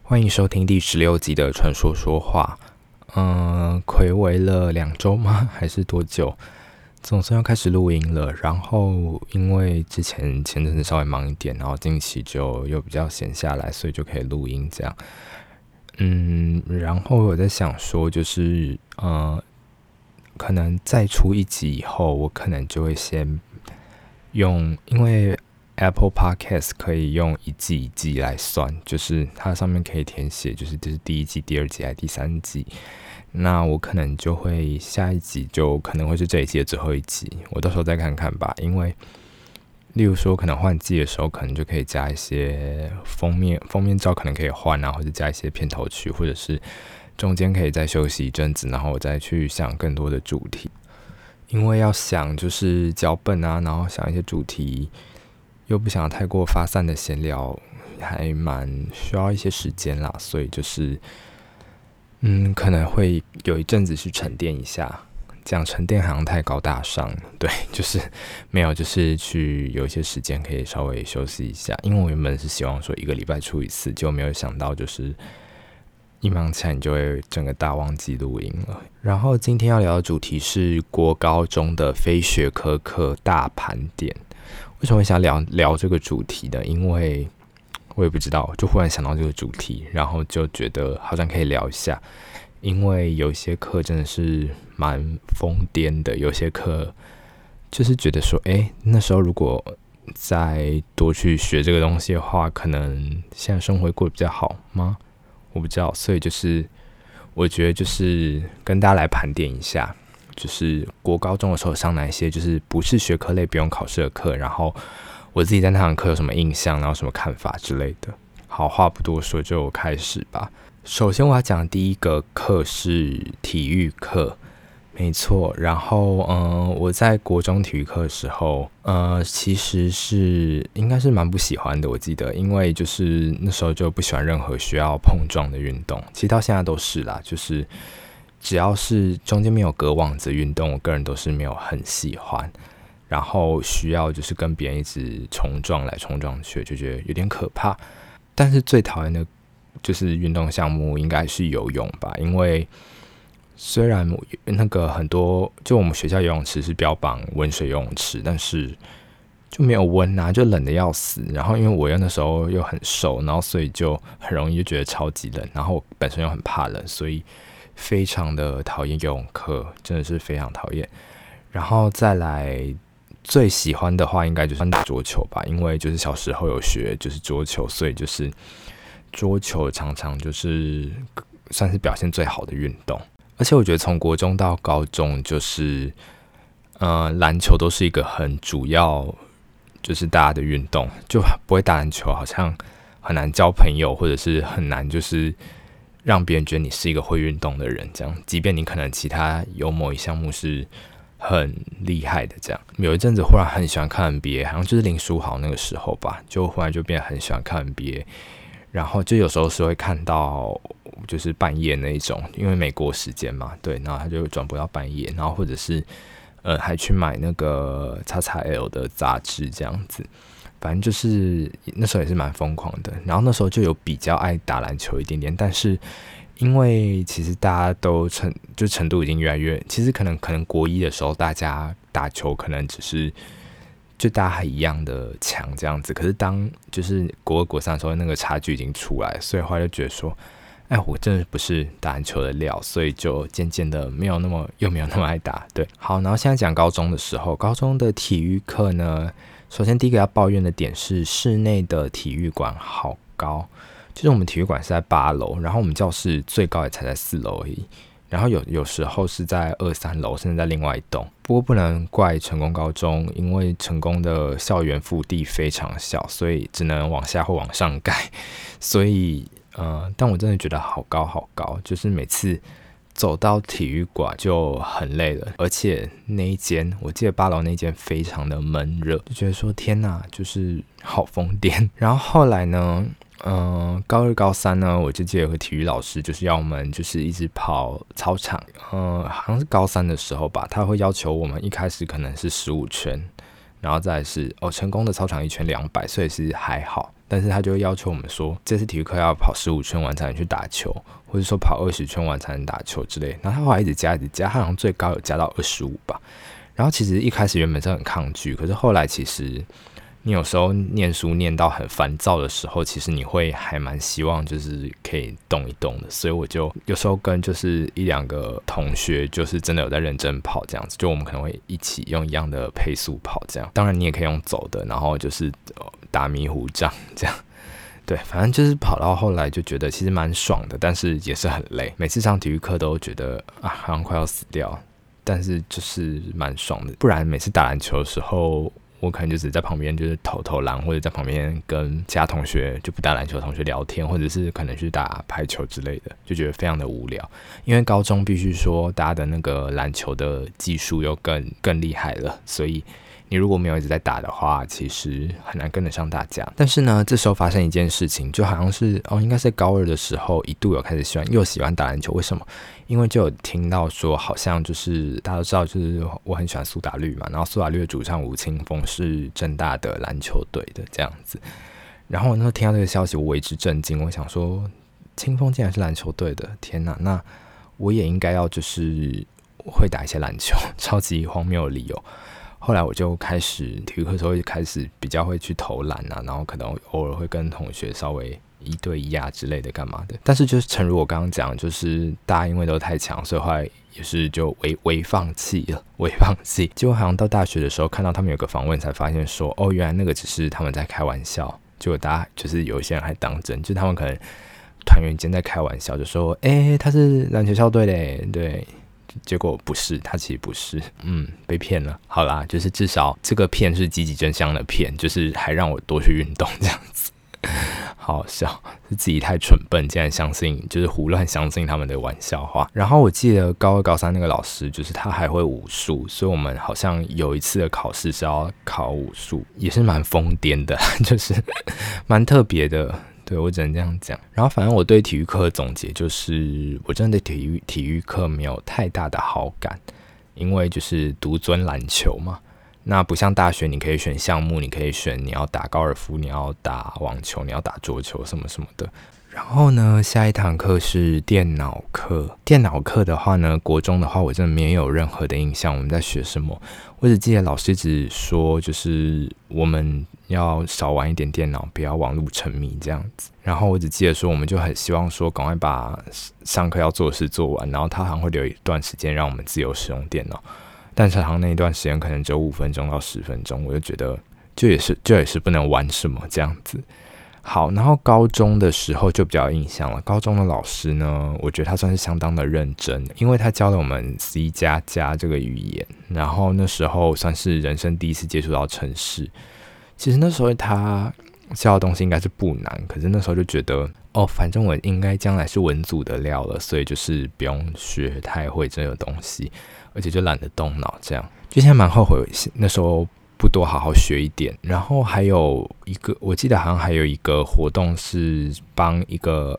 欢迎收听第16集的传说说话。睽违了2周吗？还是多久？总算要开始录音了。然后因为前阵子稍微忙一点，然后近期就又比较闲下来，所以就可以录音这样。然后我在想说，就是可能再出一集以后，我可能就会先用，因为Apple Podcast 可以用一季一季来算，就是它上面可以填写，就是这是第1季、第2季还是第3季。那我可能就会下一集就可能会是这一季的最后一集，我到时候再看看吧。因为例如说可能换季的时候，可能就可以加一些封面照，可能可以换啊，或者加一些片头曲，或者是中间可以再休息一阵子，然后我再去想更多的主题。因为要想就是脚本啊，然后想一些主题，又不想太过发散的闲聊，还蛮需要一些时间啦，所以就是可能会有一阵子去沉淀一下。讲沉淀好像太高大上，对，就是没有，就是去有一些时间可以稍微休息一下。因为我原本是希望说1个礼拜出一次，就没有想到就是一忙起来你就会整个大忘记录音了。然后今天要聊的主题是国高中的非学科课大盘点。为什么会想聊这个主题呢？因为我也不知道，就忽然想到这个主题，然后就觉得好像可以聊一下。因为有些课真的是蛮疯癫的，有些课就是觉得说，那时候如果再多去学这个东西的话，可能现在生活会过得比较好吗？我不知道，所以就是我觉得就是跟大家来盘点一下，就是国高中的时候上哪一些就是不是学科类不用考试的课，然后我自己在那堂课有什么印象，然后什么看法之类的。好，话不多说，就开始吧。首先我要讲的第一个课是体育课，没错。然后我在国中体育课的时候，其实是应该是蛮不喜欢的，我记得，因为就是那时候就不喜欢任何需要碰撞的运动，其实到现在都是啦，就是只要是中间没有隔网子运动，我个人都是没有很喜欢。然后需要就是跟别人一直冲撞来冲撞去，就觉得有点可怕。但是最讨厌的就是运动项目应该是游泳吧，因为虽然那个很多就我们学校游泳池是标榜温水游泳池，但是就没有温啊，就冷得要死。然后因为我那时候又很瘦，然后所以就很容易就觉得超级冷，然后我本身又很怕冷，所以非常的讨厌游泳课，真的是非常讨厌。然后再来最喜欢的话应该就是打桌球吧，因为就是小时候有学就是桌球，所以就是桌球常常就是算是表现最好的运动。而且我觉得从国中到高中就是篮球都是一个很主要就是大家的运动，就不会打篮球好像很难交朋友，或者是很难就是让别人觉得你是一个会运动的人这样，即便你可能其他有某一项目是很厉害的这样。有一阵子忽然很喜欢看 NBA， 好像就是林书豪那个时候吧，就忽然就变得很喜欢看 NBA。然后就有时候是会看到就是半夜那一种，因为美国时间嘛，对，然后他就转播到半夜，然后或者是还去买那个 XXL 的杂志这样子。反正就是那时候也是蛮疯狂的。然后那时候就有比较爱打篮球一点点，但是因为其实大家都程度已经越来越，其实可能国一的时候大家打球可能只是就大家还一样的强这样子，可是当就是国2、国3的时候，那个差距已经出来，所以后来就觉得说，我真的不是打篮球的料，所以就渐渐的没有那么爱打。对，好，然后现在讲高中的时候，高中的体育课呢，首先第一个要抱怨的点是室内的体育馆好高，就是我们体育馆是在8楼，然后我们教室最高也才在4楼而已。然后有时候是在2、3楼，甚至在另外一栋。不过不能怪成功高中，因为成功的校园腹地非常小，所以只能往下或往上盖。所以但我真的觉得好高好高，就是每次走到体育馆就很累了。而且那一间，我记得8楼那间非常的闷热，就觉得说天哪，就是好疯癫。然后后来呢？高2、高3呢，我就记得有个体育老师，就是要我们就是一直跑操场。好像是高3的时候吧，他会要求我们一开始可能是15圈，然后再来是成功的操场1圈200，所以是还好。 但是他就会要求我们说，这次体育课要跑15圈完才能去打球，或者说跑20圈完才能打球之类。然后他后来一直加，他好像最高有加到25吧。然后其实一开始原本是很抗拒，可是后来其实你有时候念书念到很烦躁的时候，其实你会还蛮希望就是可以动一动的，所以我就有时候跟就是1-2个同学就是真的有在认真跑这样子，就我们可能会一起用一样的配速跑这样。当然你也可以用走的，然后就是打迷糊仗这样。对，反正就是跑到后来就觉得其实蛮爽的，但是也是很累。每次上体育课都觉得好像快要死掉，但是就是蛮爽的。不然每次打篮球的时候，我可能就只在旁边就是投篮，或者在旁边跟其他同学就不打篮球的同学聊天，或者是可能去打排球之类的，就觉得非常的无聊。因为高中必须说大家的那个篮球的技术又更厉害了，所以你如果没有一直在打的话，其实很难跟得上大家。但是呢，这时候发生一件事情，就好像是应该是高2的时候，一度有开始喜欢打篮球。为什么？因为就有听到说，好像就是大家都知道，就是我很喜欢苏打绿嘛，然后苏打绿的主唱吴青峰是政大的篮球队的这样子。然后我那时候听到这个消息，我为之震惊。我想说，青峰竟然是篮球队的，天哪！那我也应该要就是会打一些篮球，超级荒谬的理由。后来我就开始体育课的时候开始比较会去投篮啊，然后可能偶尔会跟同学稍微1对1啊之类的干嘛的。但是就是诚如我刚刚讲，就是大家因为都太强，所以后来也是就微放弃了，结果好像到大学的时候看到他们有个访问，才发现说原来那个只是他们在开玩笑。结果大家就是有一些人还当真，就是他们可能团员间在开玩笑，就说他是篮球校队的，对。结果不是，他其实不是，被骗了。好啦，就是至少这个骗是积极正向的骗，就是还让我多去运动这样子。好好笑，是自己太蠢笨，竟然相信，就是胡乱相信他们的玩笑话。然后我记得高2、高3那个老师，就是他还会武术，所以我们好像有一次的考试是要考武术，也是蛮疯癫的，就是蛮特别的。对，我只能这样讲。然后反正我对体育课的总结就是，我真的对体育课没有太大的好感，因为就是独尊篮球嘛。那不像大学，你可以选项目，你可以选你要打高尔夫，你要打网球，你要打桌球什么什么的。然后呢，下一堂课是电脑课。电脑课的话呢，国中的话我真的没有任何的印象我们在学什么。我只记得老师只说就是我们要少玩一点电脑，不要网络沉迷这样子。然后我只记得说我们就很希望说赶快把上课要做的事做完，然后他好像会留一段时间让我们自由使用电脑，但是好像那一段时间可能只有5分钟到10分钟，我就觉得就也是不能玩什么这样子。好，然后高中的时候就比较有印象了。高中的老师呢，我觉得他算是相当的认真，因为他教了我们 C++ 这个语言，然后那时候算是人生第一次接触到程式。其实那时候他教的东西应该是不难，可是那时候就觉得反正我应该将来是文组的料了，所以就是不用学太会这个东西，而且就懒得动脑，这样就现在蛮后悔那时候不多好好学一点。然后还有一个，我记得好像还有一个活动是帮一个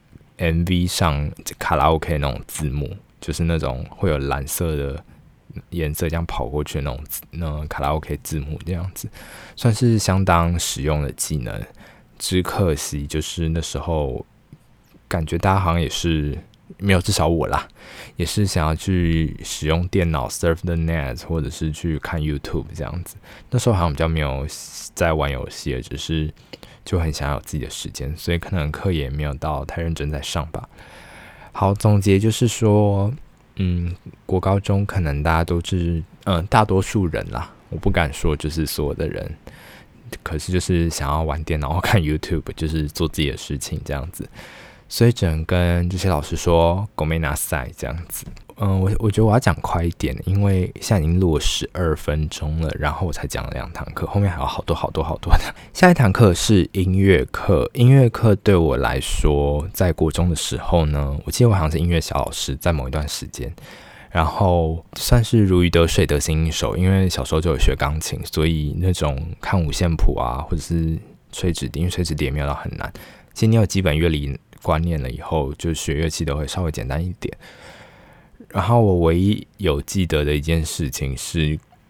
MV 上卡拉 OK 那种字幕，就是那种会有蓝色的颜色这样跑过去的那种卡拉 OK 字幕这样子，算是相当实用的技能。只可惜就是那时候感觉大家好像也是没有，至少我啦，也是想要去使用电脑 surf the net 或者是去看 YouTube 这样子。那时候好像比较没有在玩游戏，只是就很想要有自己的时间，所以可能课也没有到太认真在上吧。好，总结就是说国高中可能大家都是大多数人啦，我不敢说就是所有的人，可是就是想要玩电脑或看 YouTube， 就是做自己的事情这样子，所以只能跟这些老师说ごめんなさい这样子。我觉得我要讲快一点，因为现在已经录了12分钟了，然后我才讲了2堂课，后面还有好多的。下一堂课是音乐课。音乐课对我来说，在国中的时候呢，我记得我好像是音乐小老师，在某一段时间，然后算是如鱼得水，得心应手。因为小时候就有学钢琴，所以那种看五线谱啊，或者是吹指笛，因为吹指笛也没有到很难。其实你有基本乐理观念了以后，就学乐器都会稍微简单一点。然后我唯一有记得的一件事情是，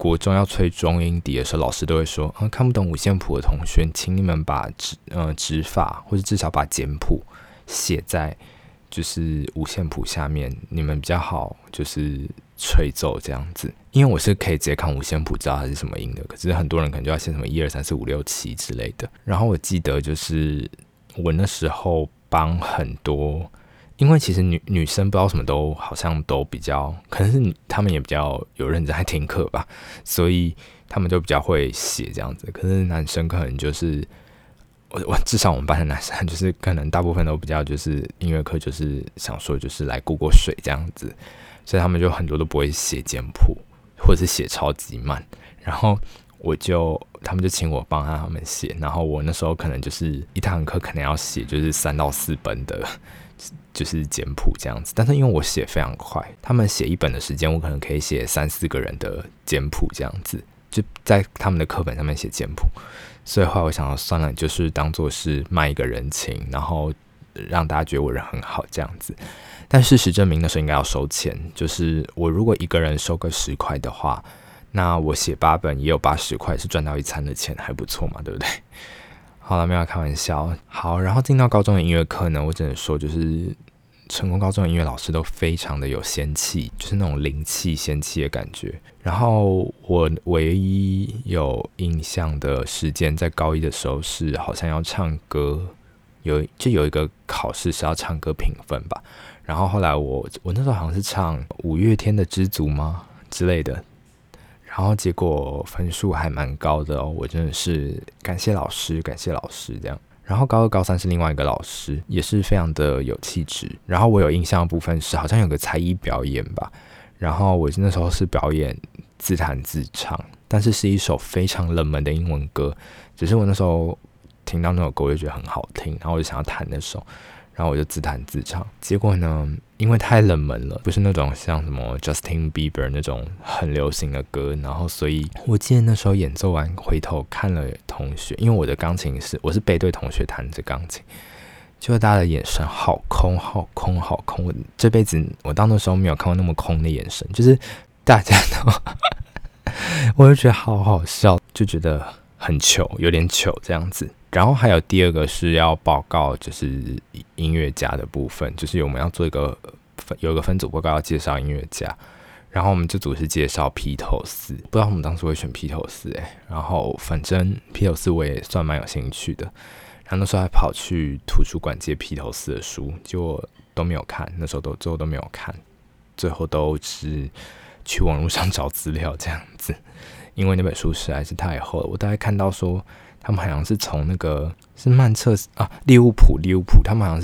国中要吹中音笛的时候，老师都会说，看不懂五线谱的同学，请你们把指法或者至少把简谱写在就是五线谱下面，你们比较好就是吹奏这样子。因为我是可以直接看五线谱知道它是什么音的，可是很多人可能就要写什么1、2、3、4、5、6、7之类的。然后我记得就是我那时候帮很多，因为其实女生不知道什么都好像都比较，可能是他们也比较有认真在听课吧，所以他们就比较会写这样子。可是男生可能就是我至少我们班的男生就是可能大部分都比较就是音乐课就是想说就是来过水这样子，所以他们就很多都不会写简谱，或者是写超级慢。然后他们就请我帮他们写，然后我那时候可能就是一堂课可能要写就是3到4本的就是简谱这样子，但是因为我写非常快，他们写1本的时间我可能可以写3、4个人的简谱这样子，就在他们的课本上面写简谱。所以后来我想算了，就是当做是卖一个人情，然后让大家觉得我人很好这样子。但事实证明那时候应该要收钱，就是我如果一个人收个10块的话，那我写8本也有80块，是赚到一餐的钱，还不错嘛，对不对？好了，没有开玩笑。好，然后进到高中的音乐课呢，我只能说就是成功高中的音乐老师都非常的有仙气，就是那种灵气仙气的感觉。然后我唯一有印象的时间在高一的时候是好像要唱歌，有一个考试是要唱歌评分吧。然后后来我那时候好像是唱5月天的知足吗之类的，然后结果分数还蛮高的哦，我真的是感谢老师这样。然后高2、高3是另外一个老师，也是非常的有气质。然后我有印象的部分是好像有个才艺表演吧，然后我那时候是表演自弹自唱，但是一首非常冷门的英文歌，只是我那时候听到那首歌我就觉得很好听，然后我就想要弹那首，然后我就自弹自唱。结果呢，因为太冷门了，不是那种像什么 Justin Bieber 那种很流行的歌，然后所以我记得那时候演奏完回头看了同学，因为我的钢琴我是背对同学弹着钢琴，结果大家的眼神好空好空好空，我这辈子我到那时候没有看过那么空的眼神，就是大家都我就觉得好好笑，就觉得很糗，有点糗这样子。然后还有第二个是要报告，就是音乐家的部分，就是我们要做有一个分组报告要介绍音乐家，然后我们这组是介绍披头士，不知道我们当时会选披头士然后反正披头士我也算蛮有兴趣的，然后那时候还跑去图书馆借披头士的书，结果都没有看，那时候最后都没有看，最后都是去网络上找资料这样子，因为那本书实在是太厚了，我大概看到说他们好像是从那个是曼彻利物浦，他们好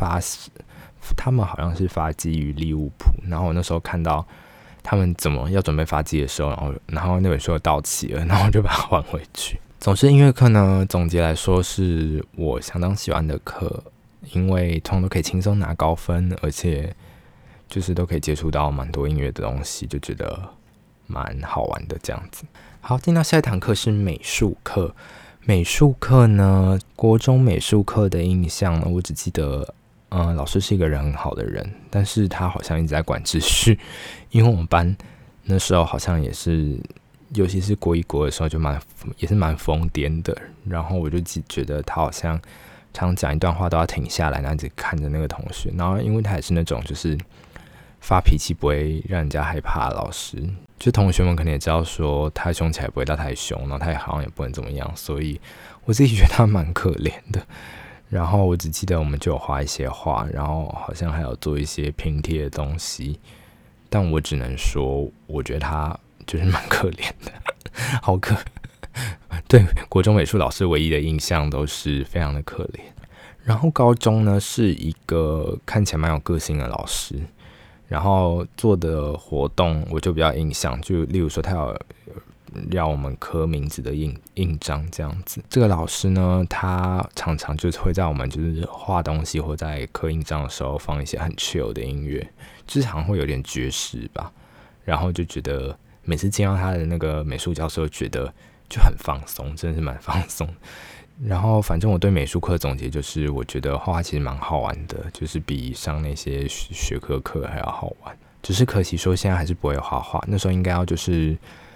像是发基于利物浦，然后我那时候看到他们怎么要准备发基的时候，然后那本书到期了，然后我就把它还回去。总之音乐课呢，总结来说是我相当喜欢的课，因为通常都可以轻松拿高分，而且就是都可以接触到蛮多音乐的东西，就觉得蛮好玩的这样子。好，进到下一堂课是美术课。美术课呢，国中美术课的印象呢，我只记得，老师是一个人很好的人，但是他好像一直在管秩序，因为我们班那时候好像也是，尤其是国1、国2的时候也是蛮疯癫的，然后我就觉得他好像常讲一段话都要停下来，然后一直看着那个同学，然后因为他也是那种就是发脾气不会让人家害怕的老师。就同学们可能也知道说他凶起来不会到太凶，然后他也好像也不能怎么样，所以我自己觉得他蛮可怜的。然后我只记得我们就有画一些画，然后好像还有做一些拼贴的东西，但我只能说我觉得他就是蛮可怜的，好可对国中美术老师唯一的印象都是非常的可怜。然后高中呢是一个看起来蛮有个性的老师，然后做的活动我就比较印象，就例如说他有要我们刻名字的印章这样子。这个老师呢，他常常就是会在我们就是画东西或在刻印章的时候放一些很 chill 的音乐，就是好像会有点爵士吧。然后就觉得每次见到他的那个美术教授，觉得就很放松，真的是蛮放松。然后反正我对美术课总结就是，我觉得画画其实蛮好玩的，就是比上那些学科课还要好玩。只是可惜说现在还是不会画画，那时候应该要就是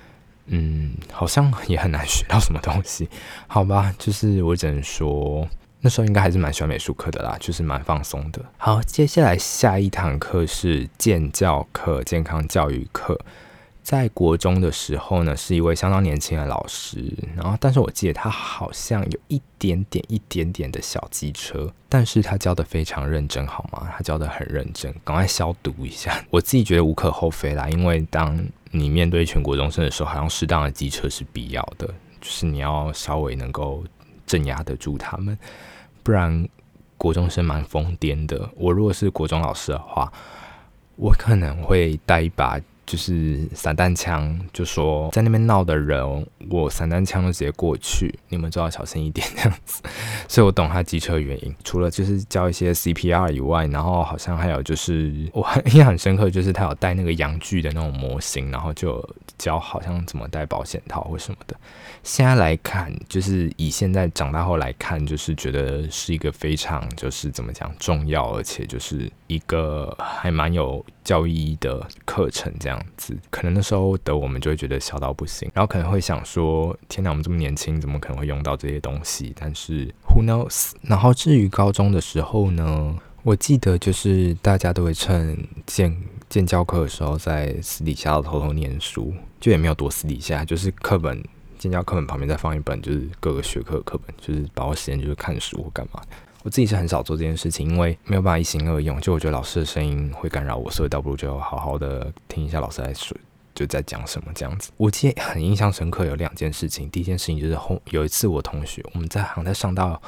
好像也很难学到什么东西，好吧，就是我只能说那时候应该还是蛮喜欢美术课的啦，就是蛮放松的。好，接下来下一堂课是健教课，健康教育课。在国中的时候呢，是一位相当年轻的老师，然后但是我记得他好像有一点点的小机车，但是他教的非常认真，好吗？他教的很认真，赶快消毒一下。我自己觉得无可厚非啦，因为当你面对全国中生的时候，好像适当的机车是必要的，就是你要稍微能够镇压得住他们，不然国中生蛮疯癫的。我如果是国中老师的话，我可能会带一把就是散弹枪，就说在那边闹的人，我散弹枪就直接过去，你们都要小心一点这样子。所以我懂他机车原因，除了就是教一些 CPR 以外，然后好像还有就是我印象很深刻，就是他有带那个阳具的那种模型，然后就教好像怎么戴保险套或什么的。现在来看，就是以现在长大后来看，就是觉得是一个非常就是怎么讲重要，而且就是一个还蛮有教育意义的课程这样子。可能那时候的我们就会觉得小到不行，然后可能会想说，天哪，我们这么年轻，怎么可能会用到这些东西？但是 who knows？ 然后至于高中的时候呢，我记得就是大家都会趁健教课的时候，在私底下偷偷念书，就也没有多私底下，就是健教课本旁边再放一本就是各个学科的课本，就是把握时间就是看书或干嘛。我自己是很少做这件事情，因为没有办法一心二用，就我觉得老师的声音会干扰我，所以倒不如就好好的听一下老师在说就在讲什么这样子。我记得很印象深刻有2件事情，第一件事情就是有一次我同学我们好像在上到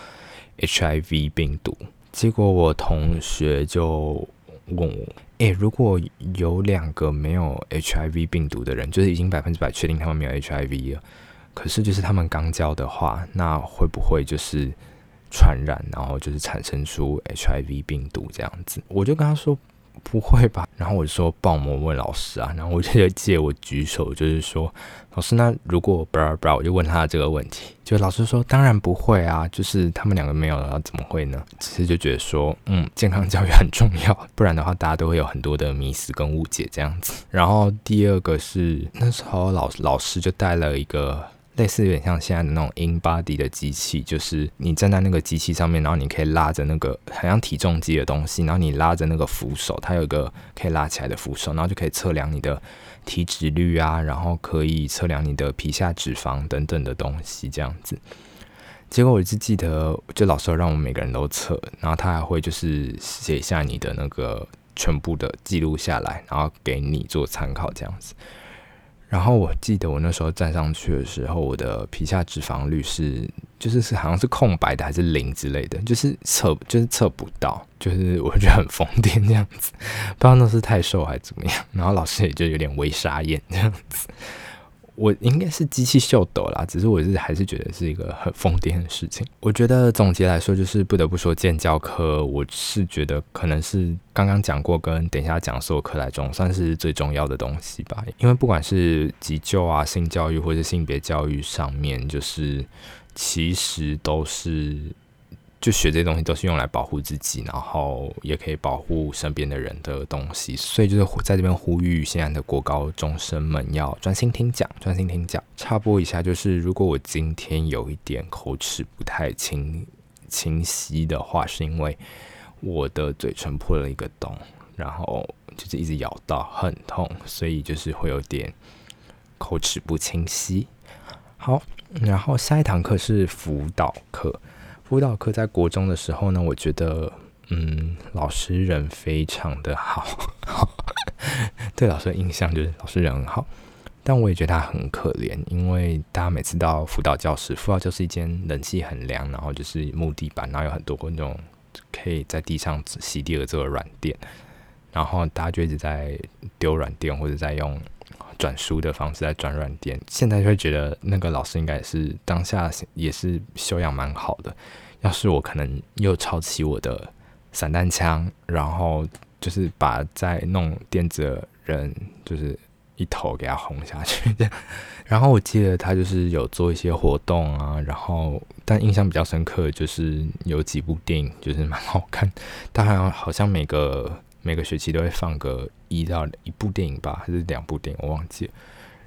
HIV 病毒，结果我同学就问我，如果有2个没有 HIV 病毒的人，就是已经100%确定他们没有 HIV 了，可是就是他们刚交的话，那会不会就是传染，然后就是产生出 HIV 病毒这样子？我就跟他说不会吧，然后我就说帮我问老师啊，然后我就借我举手，就是说老师，那如果我就问他这个问题，就老师说当然不会啊，就是他们2个没有了，怎么会呢？只是就觉得说健康教育很重要，不然的话大家都会有很多的迷思跟误解这样子。然后第二个是那时候老师就带了一个类似有点像现在的那种 InBody 的机器，就是你站在那个机器上面，然后你可以拉着那个很像体重机的东西，然后你拉着那个扶手，它有一个可以拉起来的扶手，然后就可以测量你的体脂率啊，然后可以测量你的皮下脂肪等等的东西这样子。结果我就记得，就老师让我们每个人都测，然后他还会就是写下你的那个全部的记录下来，然后给你做参考这样子。然后我记得我那时候站上去的时候，我的皮下脂肪率就是好像是空白的还是0之类的，就是测不到，就是我觉得很疯癫这样子，不知道那是太瘦还是怎么样。然后老师也就有点微傻眼这样子。我应该是机器秀逗啦，只是我还是觉得是一个很疯癫的事情。我觉得总结来说，就是不得不说健教科，我是觉得可能是刚刚讲过跟等一下讲所有课来中算是最重要的东西吧。因为不管是急救啊、性教育或是性别教育上面，就是其实都是就学这些东西都是用来保护自己，然后也可以保护身边的人的东西，所以就是在这边呼吁现在的国高中生们要专心听讲。插播一下，就是如果我今天有一点口齿不太清晰的话，是因为我的嘴唇破了一个洞，然后就是一直咬到很痛，所以就是会有点口齿不清晰。好，然后下一堂课是辅导课。辅导课在国中的时候呢，我觉得老师人非常的好对老师的印象就是老师人很好，但我也觉得他很可怜，因为大家每次到辅导教室一间冷气很凉，然后就是木地板，然后有很多那种可以在地上席地而坐的软垫，然后大家就一直在丢软垫或者在用转书的方式在转软垫。现在就会觉得那个老师应该也是当下也是修养蛮好的，要是我可能又抄起我的散弹枪，然后就是把在弄垫子的人就是一头给他轰下去这样。然后我记得他就是有做一些活动啊，然后但印象比较深刻的就是有几部电影就是蛮好看，当然好像每个学期都会放个1部电影吧，还是2部电影我忘记了。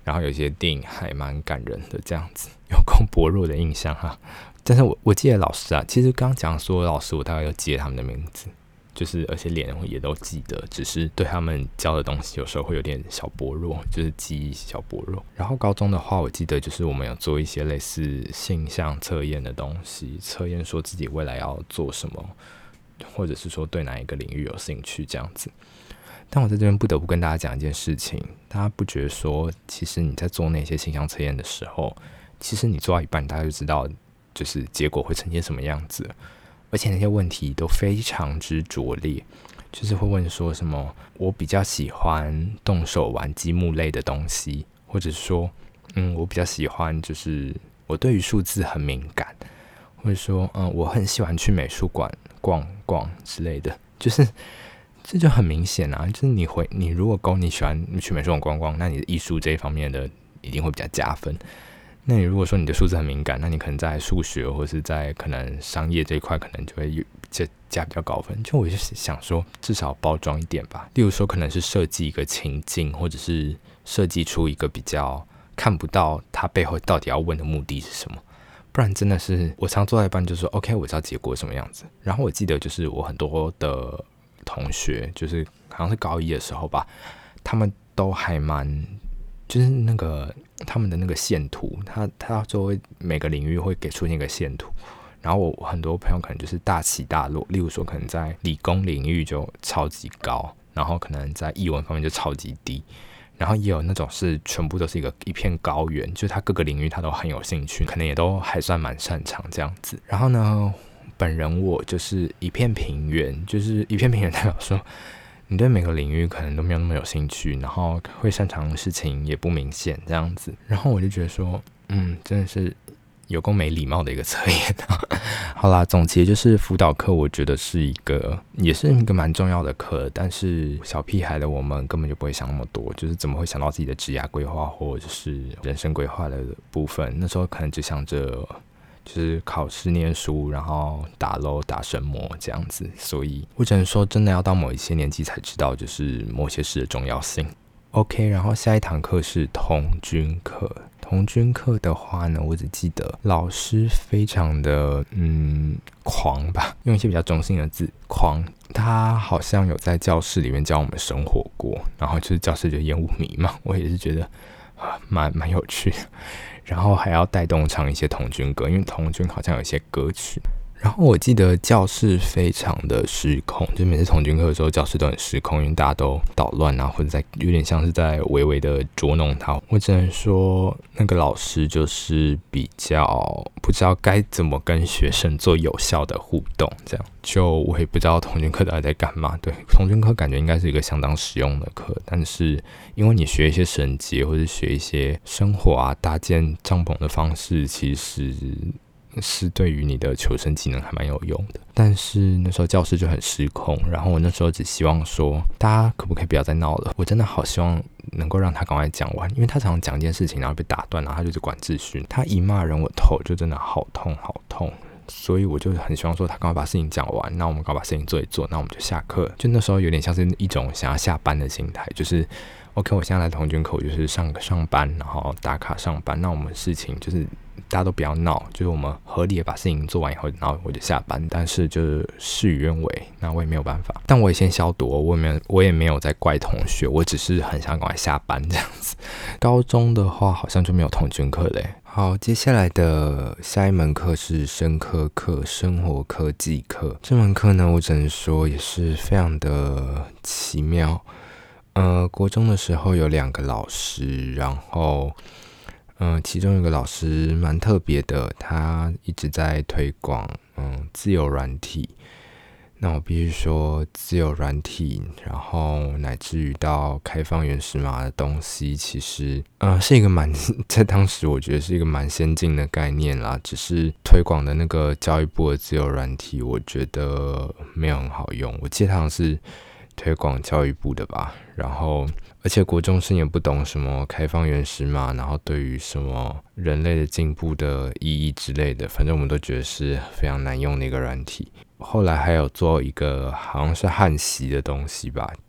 然后有些电影还蛮感人的，这样子有够薄弱的印象哈。但是我记得老师啊，其实刚讲所有老师我大概有记得他们的名字，就是而且脸也都记得，只是对他们教的东西有时候会有点小薄弱，就是记忆小薄弱。然后高中的话，我记得就是我们有做一些类似性向测验的东西，测验说自己未来要做什么，或者是说对哪一个领域有兴趣这样子。但我在这边不得不跟大家讲一件事情，大家不觉得说，其实你在做那些性向测验的时候，其实你做到一半，大家就知道就是结果会呈现什么样子，而且那些问题都非常之拙劣，就是会问说什么我比较喜欢动手玩积木类的东西，或者说我比较喜欢就是我对于数字很敏感，或者说我很喜欢去美术馆逛逛之类的，就是这就很明显啊，就是你如果勾你喜欢去美术馆逛逛，那你的艺术这一方面的一定会比较加分。那你如果说你的数字很敏感，那你可能在数学或是在可能商业这一块可能就会加比较高分。就我就想说至少包装一点吧，例如说可能是设计一个情境，或者是设计出一个比较看不到它背后到底要问的目的是什么，不然真的是我常做到一半就说 OK 我知道结果什么样子。然后我记得就是我很多的同学就是好像是高一的时候吧，他们都还蛮就是那个他们的那个线图，他就会每个领域会给出现一个线图，然后我很多朋友可能就是大起大落，例如说可能在理工领域就超级高，然后可能在艺文方面就超级低，然后也有那种是全部都是一片高原，就是他各个领域他都很有兴趣，可能也都还算蛮擅长这样子。然后呢，本人我就是一片平原，就是一片平原代表说你对每个领域可能都没有那么有兴趣，然后会擅长的事情也不明显这样子。然后我就觉得说真的是有够没礼貌的一个测验好啦，总结就是辅导课我觉得也是一个蛮重要的课，但是小屁孩的我们根本就不会想那么多，就是怎么会想到自己的职业规划或者是人生规划的部分，那时候可能只想着就是考试念书，然后打楼打神魔这样子，所以我只能说真的要到某一些年纪才知道就是某些事的重要性。 OK， 然后下一堂课是童军课。童军课的话呢，我只记得老师非常的狂吧，用一些比较中性的字，狂。他好像有在教室里面教我们生火过，然后就是教室就烟雾弥漫，我也是觉得蛮有趣的。然后还要带动唱一些童军歌，因为童军好像有一些歌曲。然后我记得教室非常的失控，就每次童军课的时候教室都很失控，因为大家都捣乱啊，或者有点像是在微微的捉弄他。我只能说那个老师就是比较不知道该怎么跟学生做有效的互动，这样就我也不知道童军课到底在干嘛。对，童军课感觉应该是一个相当实用的课，但是因为你学一些绳结或者学一些生火啊搭建帐篷的方式，其实是对于你的求生技能还蛮有用的。但是那时候教室就很失控，然后我那时候只希望说大家可不可以不要再闹了，我真的好希望能够让他赶快讲完，因为他常常讲一件事情然后被打断，然后他就是管秩序，他一骂人我头就真的好痛好痛，所以我就很希望说他赶快把事情讲完，那我们赶快把事情做一做，那我们就下课。就那时候有点像是一种想要下班的心态，就是OK 我现在来童军课我就是上班然后打卡上班，那我们事情就是大家都不要闹，就是我们合理的把事情做完以后，然后我就下班。但是就是事与愿违，那我也没有办法。但我也先消毒，我也没有在怪同学，我只是很想赶快下班这样子。高中的话好像就没有童军课嘞。好，接下来的下一门课是生科课，生活科技课。这门课呢，我只能说也是非常的奇妙。国中的时候有2个老师，然后其中有一个老师蛮特别的，他一直在推广自由软体。那我必须说自由软体，然后乃至于到开放原始码的东西，其实是一个在当时我觉得是一个蛮先进的概念啦，只是推广的那个教育部的自由软体我觉得没有很好用。我记得好像是推广教育部的吧，然后而且国中生也不懂什么开放原始码，然后对于什么人类的进步的意义之类的，反正我们都觉得是非常难用的一个软体。后来还有做一个好像是汉习的东西吧，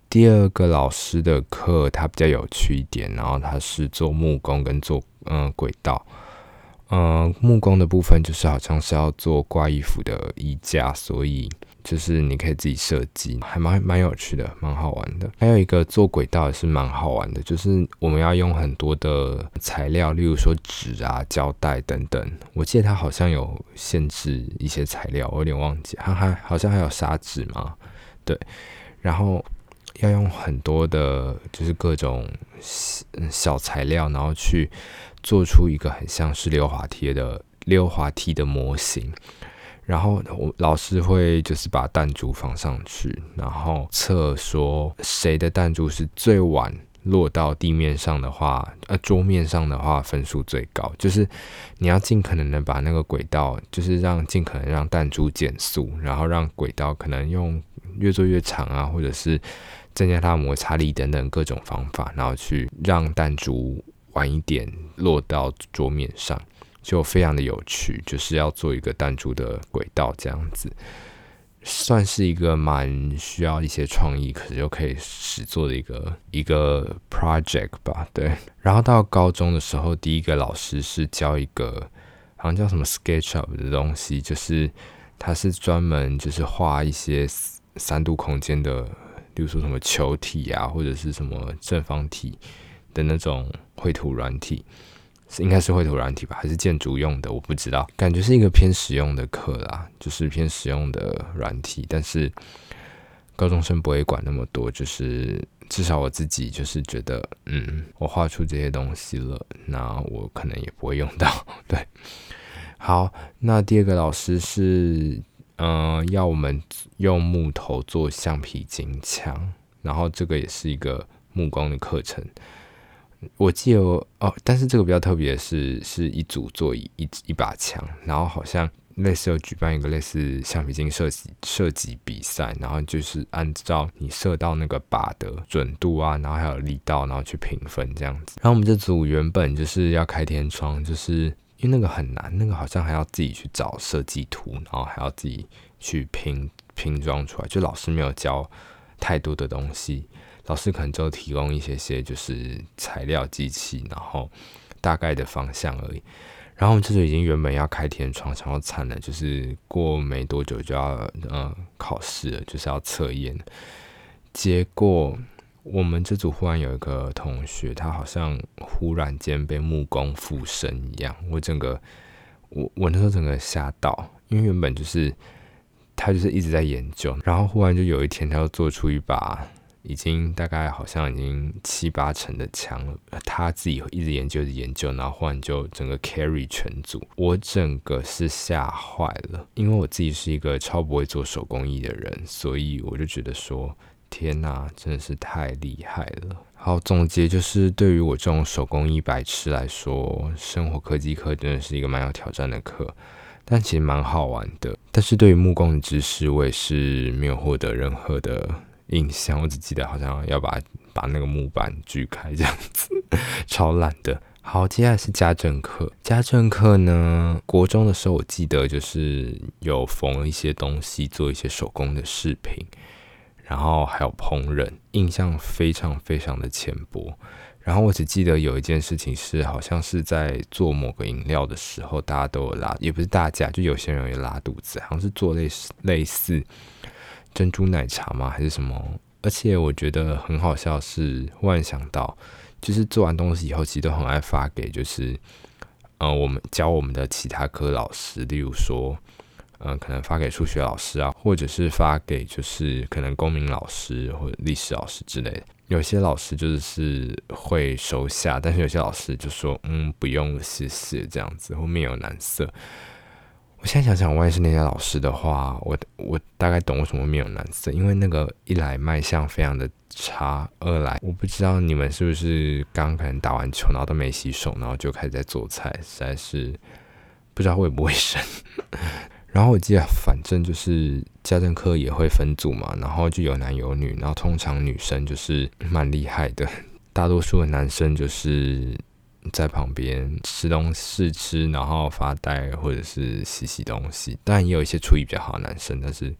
第二个老师的课他比较有趣一点，然后他是做木工跟做轨道。木工的部分就是好像是要做挂衣服的衣架，所以就是你可以自己设计，还蛮有趣的，蛮好玩的。还有一个做轨道也是蛮好玩的，就是我们要用很多的材料，例如说纸啊、胶带等等。我记得它好像有限制一些材料，我有点忘记，它好像还有砂纸嘛，对。然后要用很多的，就是各种小材料，然后去做出一个很像是溜滑梯的模型。然后老师会就是把弹珠放上去，然后测说谁的弹珠是最晚落到地面上的话，桌面上的话分数最高。就是你要尽可能的把那个轨道，就是尽可能让弹珠减速，然后让轨道可能用越做越长啊，或者是增加它的摩擦力等等各种方法，然后去让弹珠晚一点落到桌面上。就非常的有趣，就是要做一个弹珠的轨道这样子，算是一个蛮需要一些创意，可是又可以实做的一个 project 吧，对。然后到高中的时候，第一个老师是教一个好像叫什么 SketchUp 的东西，就是他是专门就是画一些3度空间的，例如说什么球体啊，或者是什么正方体的那种绘图软体。应该是绘图软体吧，还是建筑用的，我不知道。感觉是一个偏实用的课啦，就是偏实用的软体，但是高中生不会管那么多，就是至少我自己就是觉得，我画出这些东西了，那我可能也不会用到。对，好，那第二个老师是，要我们用木头做橡皮筋枪，然后这个也是一个木工的课程。我记得但是这个比较特别的是一组做一把枪，然后好像类似有举办一个类似橡皮筋射击比赛，然后就是按照你射到那个靶的准度啊，然后还有力道，然后去评分这样子。然后我们这组原本就是要开天窗，就是因为那个很难，那个好像还要自己去找设计图，然后还要自己去拼装出来，就老师没有教太多的东西。老师可能就提供一些就是材料、机器，然后大概的方向而已。然后我们这就已经原本要开天窗，想要惨了，就是过没多久就要考试了，就是要测验。结果我们这组忽然有一个同学，他好像忽然间被木工附身一样，我那时候整个吓到，因为原本就是他就是一直在研究，然后忽然就有一天他就做出一把。已经大概好像已经7、8成的枪了，他自己一直研究，然后忽然就整个 carry 全组，我整个是吓坏了，因为我自己是一个超不会做手工艺的人，所以我就觉得说，天哪，真的是太厉害了。好，总结就是对于我这种手工艺白痴来说，生活科技课真的是一个蛮有挑战的课，但其实蛮好玩的。但是对于木工的知识，我也是没有获得任何的印象，我只记得好像要把那个木板锯开这样子，超懒的。好，接下来是家政课。家政课呢，国中的时候我记得就是有缝一些东西，做一些手工的饰品，然后还有烹饪，印象非常非常的浅薄。然后我只记得有一件事情是，好像是在做某个饮料的时候，大家都有拉，也不是大家，就有些人有拉肚子，好像是做类似珍珠奶茶吗？还是什么？而且我觉得很好笑是，忽然想到，就是做完东西以后，其实都很爱发给就是我们教我们的其他科老师，例如说可能发给数学老师啊，或者是发给就是可能公民老师或者历史老师之类的。有些老师就是会收下，但是有些老师就说不用了，谢谢这样子，或面有难色。我现在想想，万一是那些老师的话，我大概懂为什么面有难色，因为那个一来卖相非常的差，二来我不知道你们是不是刚可能打完球，然后都没洗手，然后就开始在做菜，实在是不知道卫不卫生。然后我记得反正就是家政课也会分组嘛，然后就有男有女，然后通常女生就是蛮厉害的，大多数的男生就是在旁边吃东西吃，然后发呆或者是洗东西。当然也有一些厨艺比较好的男生，但是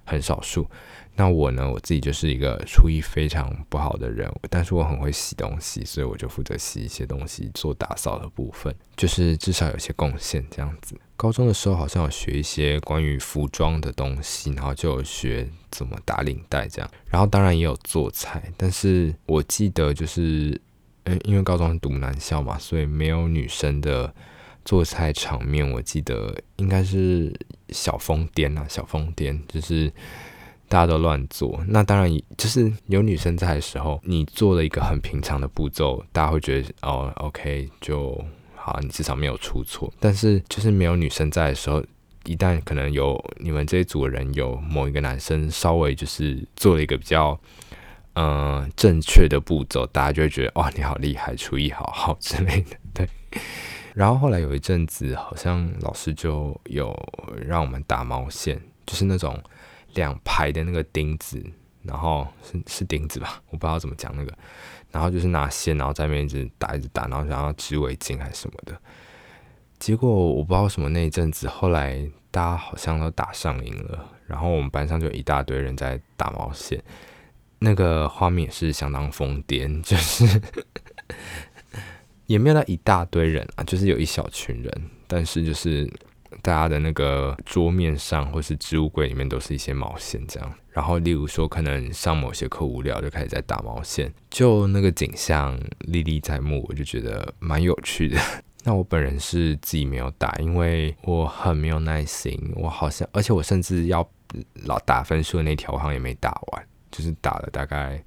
很少数。那我呢，我自己就是一个厨艺非常不好的人，但是我很会洗东西，所以我就负责洗一些东西，做打扫的部分，就是至少有些贡献这样子。高中的时候好像有学一些关于服装的东西，然后就有学怎么打领带这样，然后当然也有做菜，但是我记得就是因为高中读男校嘛，所以没有女生的做菜场面，我记得应该是小疯癫啊，小疯癫就是大家都乱做。那当然就是有女生在的时候，你做了一个很平常的步骤，大家会觉得哦 OK 就好，你至少没有出错。但是就是没有女生在的时候，一旦可能有你们这一组的人有某一个男生稍微就是做了一个比较正确的步骤，大家就会觉得哇你好厉害，厨艺好好之类的，对。然后后来有一阵子，好像老师就有让我们打毛线，就是那种2排的那个钉子，然后是钉子吧，我不知道怎么讲那个，然后就是拿线，然后在那边一直打，然后想要织围巾还是什么的。结果我不知道为什么那一阵子，后来大家好像都打上瘾了，然后我们班上就一大堆人在打毛线，那个画面也是相当疯癫，就是也没有到一大堆人啊，就是有一小群人，但是就是大家的那个桌面上或是置物柜里面都是一些毛线这样。然后例如说可能上某些课无聊就开始在打毛线，就那个景象历历在目，我就觉得蛮有趣的。那我本人是自己没有打，因为我很没有耐心，我好像而且我甚至要老打分数的那条我好像也没打完，就是打了大概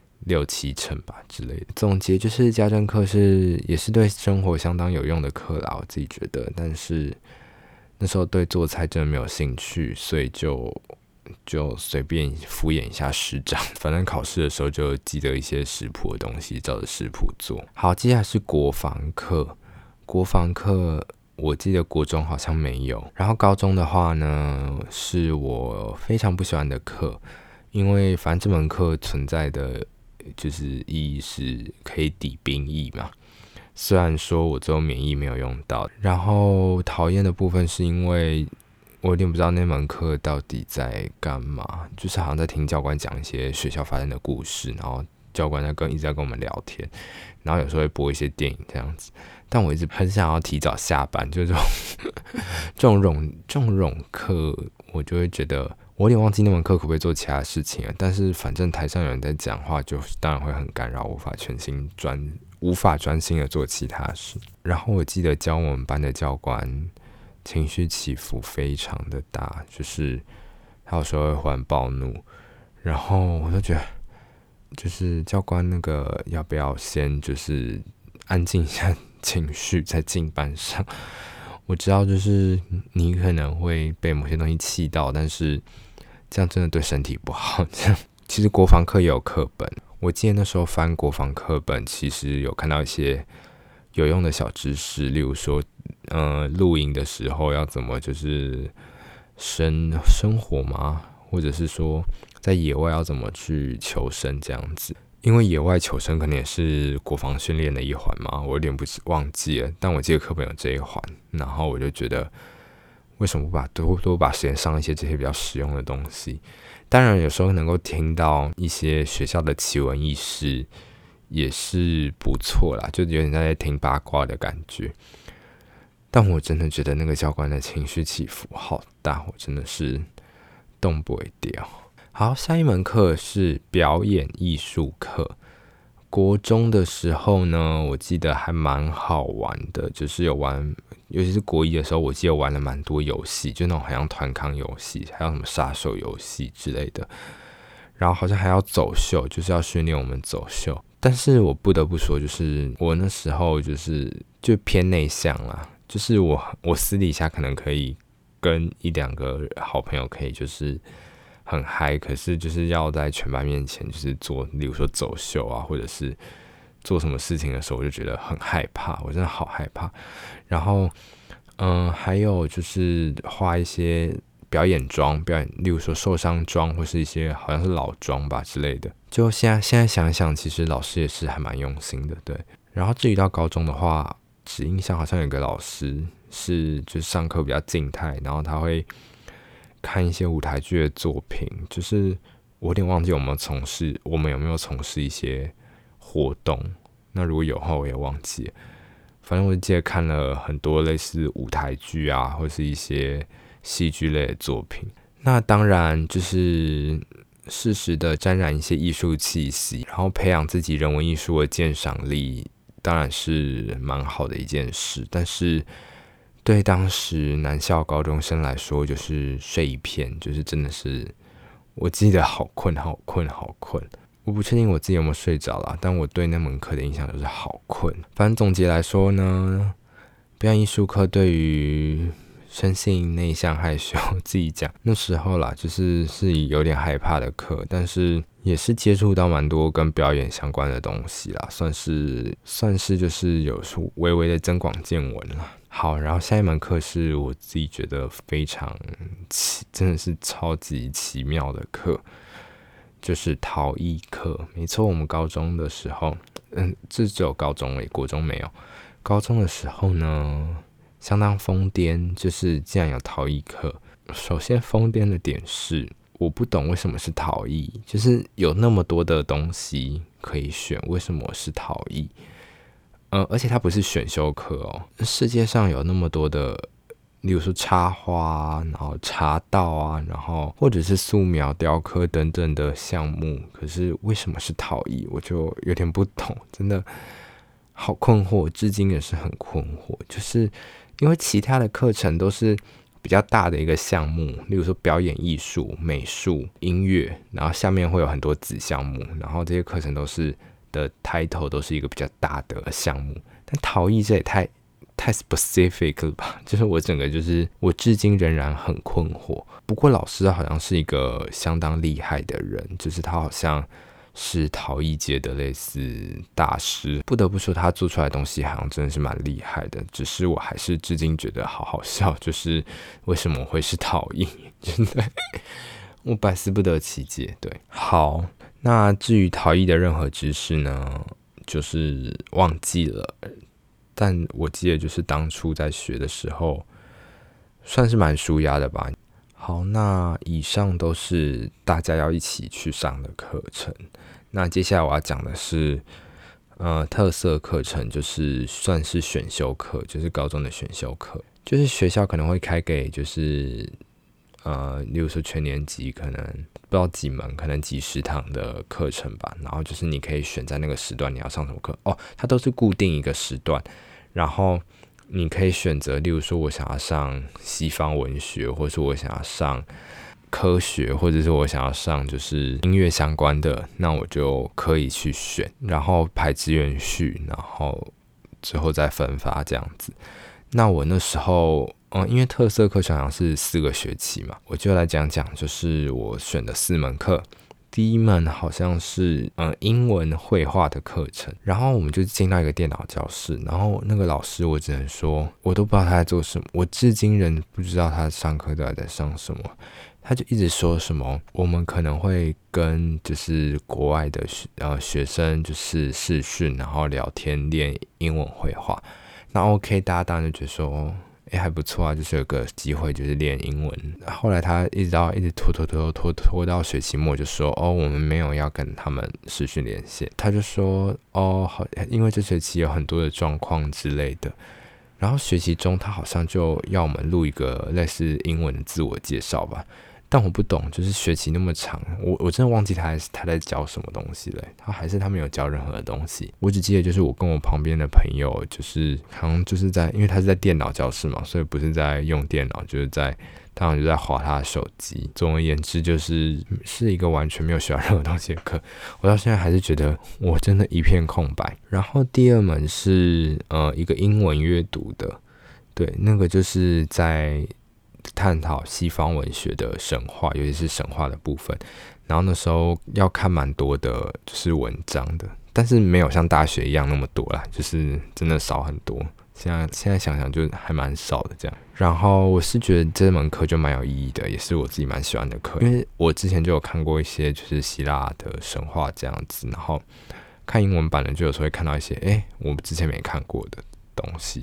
6、7成吧之类的。总结就是家政课也是对生活相当有用的课啦，我自己觉得。但是那时候对做菜真的没有兴趣，所以就随便敷衍一下师长，反正考试的时候就记得一些食谱的东西，照着食谱做。好，接下来是国防课。国防课我记得国中好像没有，然后高中的话呢，是我非常不喜欢的课，因为反正这门课存在的就是意义是可以抵兵役嘛，虽然说我最后免疫没有用到。然后讨厌的部分是因为我有点不知道那门课到底在干嘛，就是好像在听教官讲一些学校发生的故事，然后教官一直在跟我们聊天，然后有时候会播一些电影这样子。但我一直很想要提早下班，就这种冗课，我就会觉得我有点忘记那门课可不可以做其他事情了。但是反正台上有人在讲话，就当然会很干扰，无法专心的做其他事。然后我记得教我们班的教官情绪起伏非常的大，就是他有时候会忽然暴怒，然后我就觉得，就是教官那个要不要先就是安静一下情绪在进班上。我知道就是你可能会被某些东西气到，但是这样真的对身体不好。这样其实国防课也有课本，我记得那时候翻国防课本，其实有看到一些有用的小知识，例如说露营的时候要怎么就是生活嘛，或者是说在野外要怎么去求生这样子。因为野外求生可能也是国防训练的一环嘛，我有点忘记了，但我记得课本有这一环。然后我就觉得，为什么不多把时间上一些这些比较实用的东西？当然，有时候能够听到一些学校的奇闻异事，也是不错啦，就有点在听八卦的感觉。但我真的觉得那个教官的情绪起伏好大，我真的是动不掉。好，下一门课是表演艺术课。国中的时候呢，我记得还蛮好玩的，就是有玩，尤其是国一的时候，我记得玩了蛮多游戏，就那种好像团康游戏，还有什么杀手游戏之类的。然后好像还要走秀，就是要训练我们走秀。但是我不得不说，就是我那时候就偏内向啦，就是我私底下可能可以跟1、2个好朋友可以就是很嗨，可是就是要在全班面前就是做，例如说走秀啊，或者是做什么事情的时候，我就觉得很害怕，我真的好害怕。然后还有就是画一些表演妆，例如说受伤妆，或是一些好像是老妆吧之类的。就现在想一想，其实老师也是还蛮用心的，对。然后至于到高中的话，只印象好像有个老师是就是上课比较静态，然后他会看一些舞台剧的作品，就是我有点忘记我们有没有从事一些活动。那如果有的话，我也忘记了。反正我记得看了很多类似舞台剧啊，或是一些戏剧类的作品。那当然就是适时的沾染一些艺术气息，然后培养自己人文艺术的鉴赏力，当然是蛮好的一件事。但是对当时男校高中生来说，就是睡一片，就是真的是，我记得好困。我不确定我自己有没有睡着啦，但我对那门课的印象就是好困。反正总结来说呢，表演艺术课对于生性内向害羞，自己讲那时候啦，就是有点害怕的课，但是也是接触到蛮多跟表演相关的东西啦，算是就是有微微的增广见闻啦。好，然后下一门课是我自己觉得非常真的是超级奇妙的课，就是陶艺课。没错，我们高中的时候，这只有高中而已，国中没有。高中的时候呢，相当疯癫，就是竟然有陶艺课。首先疯癫的点是，我不懂为什么是陶艺，就是有那么多的东西可以选，为什么是陶艺？而且它不是选修课哦。世界上有那么多的，例如说插花，然后茶道啊，然后或者是素描、雕刻等等的项目，可是为什么是陶艺，我就有点不懂，真的好困惑，至今也是很困惑。就是因为其他的课程都是比较大的一个项目，例如说表演艺术、美术、音乐，然后下面会有很多子项目，然后这些课程的 title 都是一个比较大的项目，但陶艺这也太 specific 了吧？就是我整个就是我至今仍然很困惑。不过老师好像是一个相当厉害的人，就是他好像是陶艺界的类似大师，不得不说他做出来的东西好像真的是蛮厉害的。只是我还是至今觉得好好笑，就是为什么会是陶艺？真的，我百思不得其解。对，好。那至于陶艺的任何知识呢，就是忘记了，但我记得就是当初在学的时候，算是蛮舒压的吧。好，那以上都是大家要一起去上的课程。那接下来我要讲的是，特色课程，就是算是选修课，就是高中的选修课，就是学校可能会开给就是例如说全年级可能不知道几门，可能几十堂的课程吧，然后就是你可以选在那个时段你要上什么课哦，它都是固定一个时段，然后你可以选择，例如说我想要上西方文学，或是我想要上科学，或者是我想要上就是音乐相关的，那我就可以去选，然后排志愿序，然后最后再分发这样子。那我那时候因为特色课程好像是4个学期嘛，我就来讲讲就是我选的4门课。第一门好像是英文绘画的课程，然后我们就进到一个电脑教室，然后那个老师我只能说我都不知道他在做什么，我至今仍不知道他上课到底在上什么。他就一直说什么我们可能会跟就是国外的学生就是视讯，然后聊天练英文绘画。那 OK， 大家当然就觉得说还不错啊，就是有个机会就是练英文。后来他一直拖到学期末就说我们没有要跟他们视讯连线。他就说好，因为这学期有很多的状况之类的。然后学期中他好像就要我们录一个类似英文的自我介绍吧。但我不懂，就是学期那么长，我真的忘记他在教什么东西了，他没有教任何的东西。我只记得就是我跟我旁边的朋友，就是好像就是因为他是在电脑教室嘛，所以不是在用电脑，就是他好像就在滑他的手机。总而言之，是一个完全没有学到任何东西的课。我到现在还是觉得我真的一片空白。然后第二门是一个英文阅读的，对，那个就是在探讨西方文学的神话，尤其是神话的部分。然后那时候要看蛮多的就是文章的，但是没有像大学一样那么多啦，就是真的少很多。现在想想就还蛮少的这样。然后我是觉得这门课就蛮有意义的，也是我自己蛮喜欢的课，因为我之前就有看过一些就是希腊的神话这样子，然后看英文版的就有时候会看到一些我之前没看过的东西这样。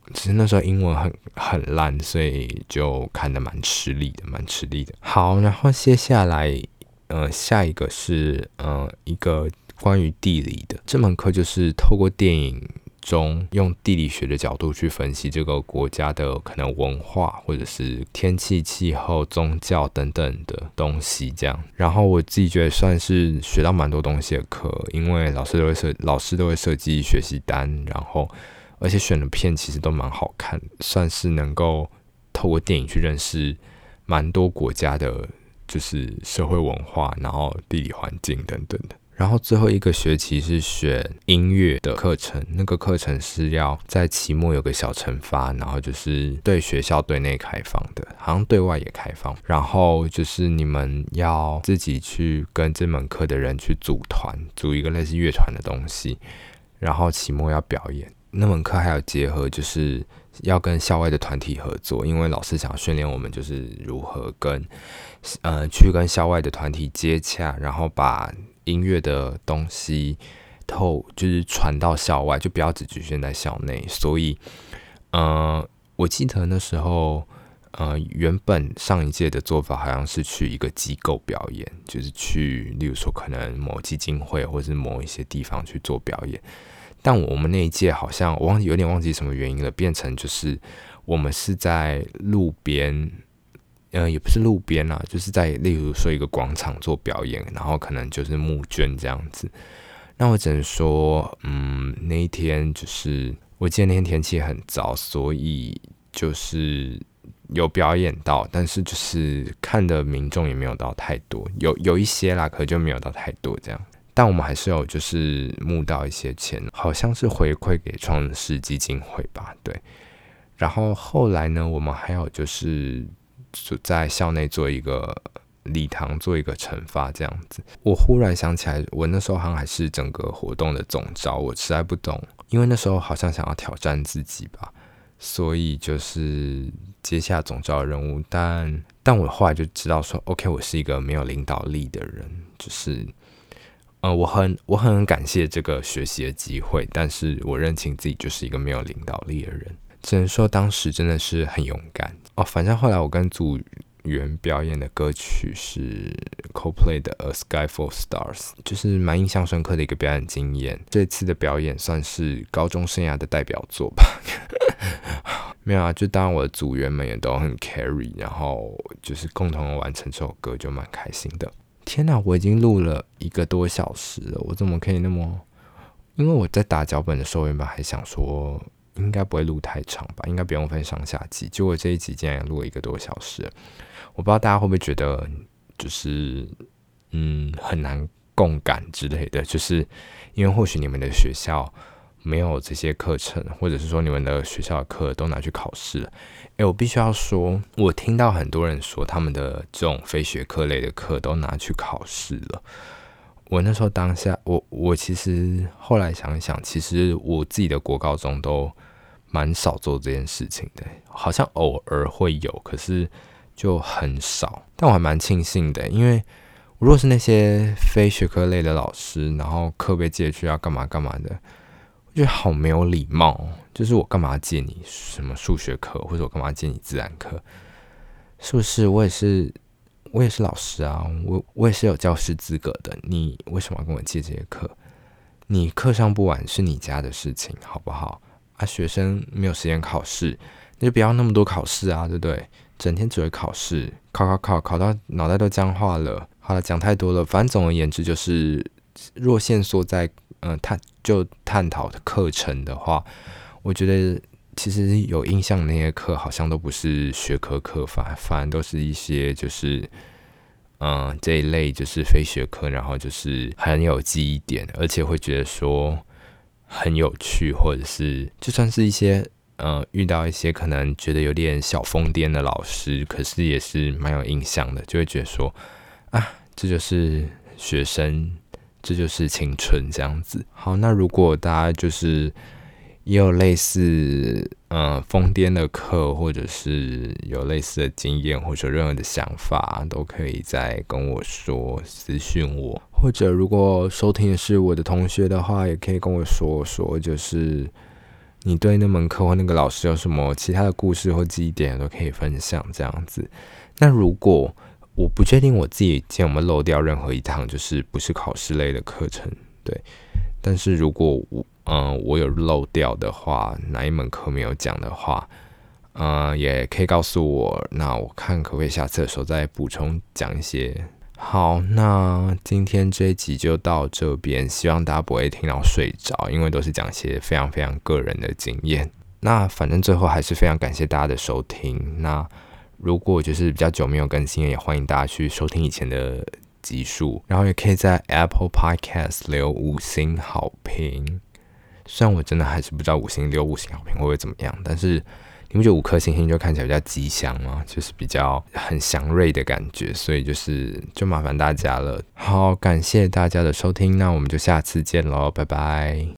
只是那时候英文很烂，所以就看得蛮吃力的。好，然后接下来下一个是一个关于地理的，这门课就是透过电影中用地理学的角度去分析这个国家的可能文化或者是天气、气候、宗教等等的东西这样。然后我自己觉得算是学到蛮多东西的课，因为老师都会设计学习单，然后而且选的片其实都蛮好看，算是能够透过电影去认识蛮多国家的就是社会文化，然后地理环境等等的。然后最后一个学期是选音乐的课程，那个课程是要在期末有个小惩罚，然后就是对学校对内开放的，好像对外也开放。然后就是你们要自己去跟这门课的人去组团，组一个类似乐团的东西，然后期末要表演。那门课还有结合就是要跟校外的团体合作，因为老师想训练我们就是如何去跟校外的团体接洽，然后把音乐的东西就是传到校外，就不要只局限在校内。所以我记得那时候原本上一届的做法好像是去一个机构表演，就是去例如说可能某基金会或是某一些地方去做表演。但我们那一届好像我有点忘记什么原因了，变成就是我们是在路边，也不是路边啦，就是在例如说一个广场做表演，然后可能就是募捐这样子。那我只能说，那一天就是我记得那天天气很糟，所以就是有表演到，但是就是看的民众也没有到太多，有一些啦，可就没有到太多这样。但我们还是有就是募到一些钱，好像是回馈给创世基金会吧，对。然后后来呢，我们还有就是在校内做一个礼堂，做一个惩罚这样子。我忽然想起来，我那时候好像还是整个活动的总召，我实在不懂，因为那时候好像想要挑战自己吧，所以就是接下总召的任务。但我后来就知道说 ，OK， 我是一个没有领导力的人，就是我很感谢这个学习的机会，但是我认清自己就是一个没有领导力的人，只能说当时真的是很勇敢哦。反正后来我跟组员表演的歌曲是 Coldplay 的 A Sky Full of Stars， 就是蛮印象深刻的一个表演经验。这次的表演算是高中生涯的代表作吧。没有啊，就当然我的组员们也都很 carry， 然后就是共同完成这首歌，就蛮开心的。天哪，我已经录了1个多小时了，我怎么可以那么……因为我在打脚本的时候，原本还想说应该不会录太长吧，应该不用分上下集，结果这一集竟然录了1个多小时了。我不知道大家会不会觉得就是很难共感之类的，就是因为或许你们的学校没有这些课程，或者是说你们的学校的课都拿去考试了。我必须要说，我听到很多人说他们的这种非学科类的课都拿去考试了。我那时候当下，我其实后来想一想，其实我自己的国高中都蛮少做这件事情的，好像偶尔会有，可是就很少。但我还蛮庆幸的，因为如果是那些非学科类的老师，然后课被借去要干嘛干嘛的，我觉得好没有礼貌哦。就是我干嘛借你什么数学课，或者我干嘛借你自然课？是不是？我也是老师啊，我也是有教师资格的。你为什么要跟我借这些课？你课上不完是你家的事情，好不好？啊，学生没有时间考试，那就不要那么多考试啊，对不对？整天只会考试，考到脑袋都僵化了。好了，讲太多了，反正总而言之就是，若限缩在探讨的课程的话，我觉得其实有印象的那些课好像都不是学科课，反而都是一些就是这一类就是非学科，然后就是很有记忆点，而且会觉得说很有趣，或者是就算是一些遇到一些可能觉得有点小疯癫的老师，可是也是蛮有印象的，就会觉得说啊，这就是学生，这就是青春这样子。好，那如果大家就是也有类似疯癫的课，或者是有类似的经验，或者任何的想法，都可以再跟我说，私讯我。或者如果收听的是我的同学的话，也可以跟我说，就是你对那门课或那个老师有什么其他的故事或记忆点都可以分享这样子。那如果我不确定我自己今天有没有漏掉任何一堂就是不是考试类的课程，对，但是如果我有漏掉的话，哪一门课没有讲的话，也可以告诉我，那我看可不可以下次的时候再补充讲一些。好，那今天这一集就到这边，希望大家不会听到睡着，因为都是讲一些非常非常个人的经验。那反正最后还是非常感谢大家的收听。那如果就是比较久没有更新，也欢迎大家去收听以前的集数，然后也可以在 Apple Podcast 留5星好评。虽然我真的还是不知道留5星好评会不会怎么样，但是你不觉得5颗星星就看起来比较吉祥吗？就是比较很祥瑞的感觉，所以就麻烦大家了。好，感谢大家的收听，那我们就下次见咯，拜拜。